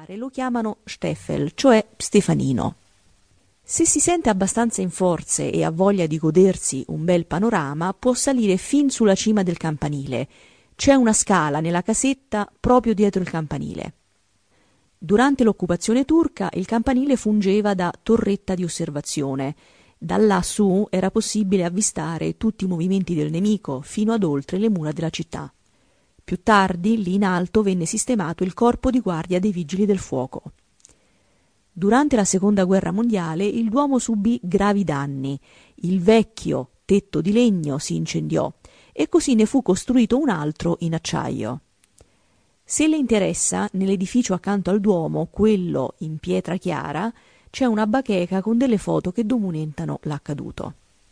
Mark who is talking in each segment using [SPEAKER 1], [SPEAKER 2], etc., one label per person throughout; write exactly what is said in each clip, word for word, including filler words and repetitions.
[SPEAKER 1] particolare lo chiamano Steffel, cioè Stefanino. Se si sente abbastanza in forze e ha voglia di godersi un bel panorama, può salire fin sulla cima del campanile. C'è una scala nella casetta proprio dietro il campanile. Durante l'occupazione turca il campanile fungeva da torretta di osservazione. Da là su era possibile avvistare tutti i movimenti del nemico fino ad oltre le mura della città. Più tardi, lì in alto, venne sistemato il corpo di guardia dei vigili del fuoco. Durante la Seconda Guerra Mondiale il Duomo subì gravi danni. Il vecchio tetto di legno si incendiò e così ne fu costruito un altro in acciaio. Se le interessa, nell'edificio accanto al Duomo, quello in pietra chiara, c'è una bacheca con delle foto che documentano l'accaduto.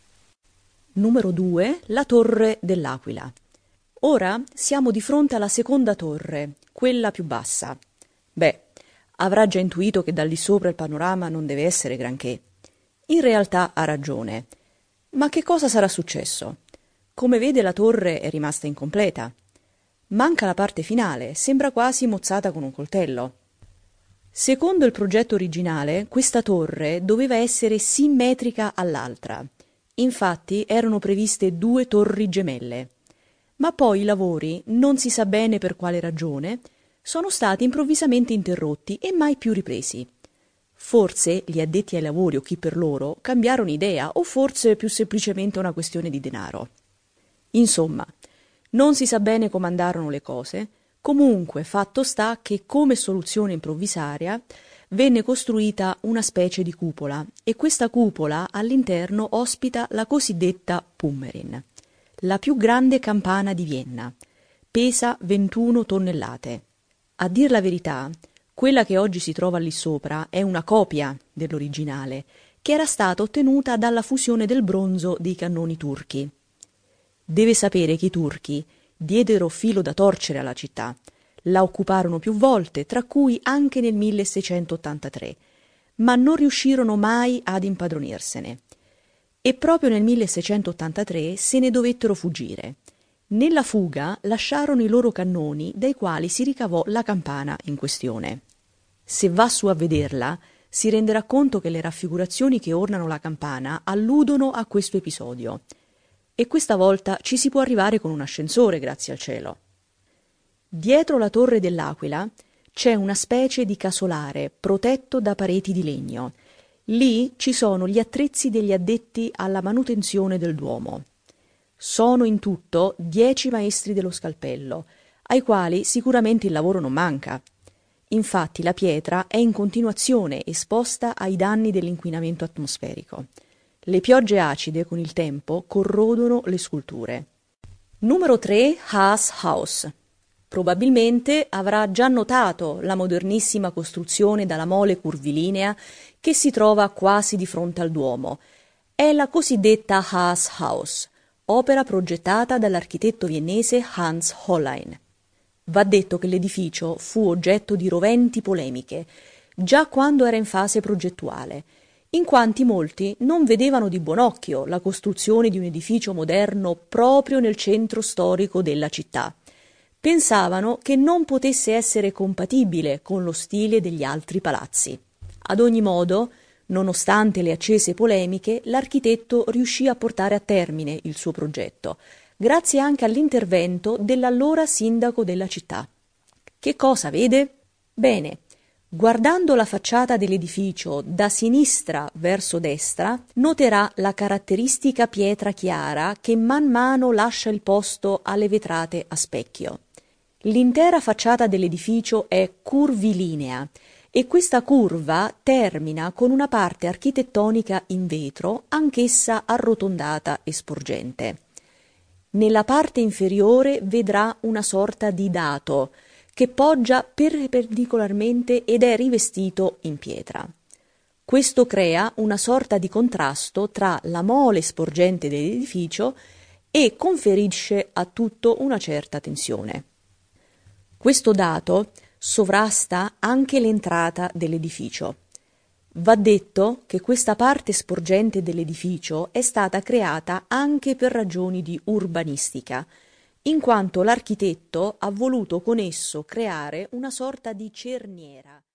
[SPEAKER 1] Numero due. La Torre dell'Aquila. Ora siamo di fronte alla seconda torre, quella più bassa. Beh, avrà già intuito che da lì sopra il panorama non deve essere granché. In realtà ha ragione. Ma che cosa sarà successo? Come vede, la torre è rimasta incompleta. Manca la parte finale, sembra quasi mozzata con un coltello. Secondo il progetto originale, questa torre doveva essere simmetrica all'altra. Infatti erano previste due torri gemelle. Ma poi i lavori, non si sa bene per quale ragione, sono stati improvvisamente interrotti e mai più ripresi. Forse gli addetti ai lavori o chi per loro cambiarono idea, o forse più semplicemente una questione di denaro. Insomma, non si sa bene come andarono le cose. Comunque fatto sta che come soluzione improvvisaria venne costruita una specie di cupola, e questa cupola all'interno ospita la cosiddetta Pummerin, la più grande campana di Vienna. Pesa ventuno tonnellate. A dir la verità, quella che oggi si trova lì sopra è una copia dell'originale, che era stata ottenuta dalla fusione del bronzo dei cannoni turchi. Deve sapere che i turchi diedero filo da torcere alla città, la occuparono più volte, tra cui anche nel milleseicentottantatré, ma non riuscirono mai ad impadronirsene. E proprio nel milleseicentottantatré se ne dovettero fuggire. Nella fuga lasciarono i loro cannoni, dai quali si ricavò la campana in questione. Se va su a vederla, si renderà conto che le raffigurazioni che ornano la campana alludono a questo episodio. E questa volta ci si può arrivare con un ascensore, grazie al cielo. Dietro la Torre dell'Aquila c'è una specie di casolare protetto da pareti di legno. Lì ci sono gli attrezzi degli addetti alla manutenzione del Duomo. Sono in tutto dieci maestri dello scalpello, ai quali sicuramente il lavoro non manca. Infatti la pietra è in continuazione esposta ai danni dell'inquinamento atmosferico. Le piogge acide con il tempo corrodono le sculture. Numero tre. Haas House. Probabilmente avrà già notato la modernissima costruzione dalla mole curvilinea che si trova quasi di fronte al Duomo. È la cosiddetta Haas House, opera progettata dall'architetto viennese Hans Hollein. Va detto che l'edificio fu oggetto di roventi polemiche, già quando era in fase progettuale, in quanti molti non vedevano di buon occhio la costruzione di un edificio moderno proprio nel centro storico della città. Pensavano che non potesse essere compatibile con lo stile degli altri palazzi. Ad ogni modo, nonostante le accese polemiche, l'architetto riuscì a portare a termine il suo progetto, grazie anche all'intervento dell'allora sindaco della città. Che cosa vede? Bene, guardando la facciata dell'edificio da sinistra verso destra, noterà la caratteristica pietra chiara che man mano lascia il posto alle vetrate a specchio. L'intera facciata dell'edificio è curvilinea e questa curva termina con una parte architettonica in vetro, anch'essa arrotondata e sporgente. Nella parte inferiore vedrà una sorta di dato che poggia perpendicolarmente ed è rivestito in pietra. Questo crea una sorta di contrasto tra la mole sporgente dell'edificio e conferisce a tutto una certa tensione. Questo dato sovrasta anche l'entrata dell'edificio. Va detto che questa parte sporgente dell'edificio è stata creata anche per ragioni di urbanistica, in quanto l'architetto ha voluto con esso creare una sorta di cerniera.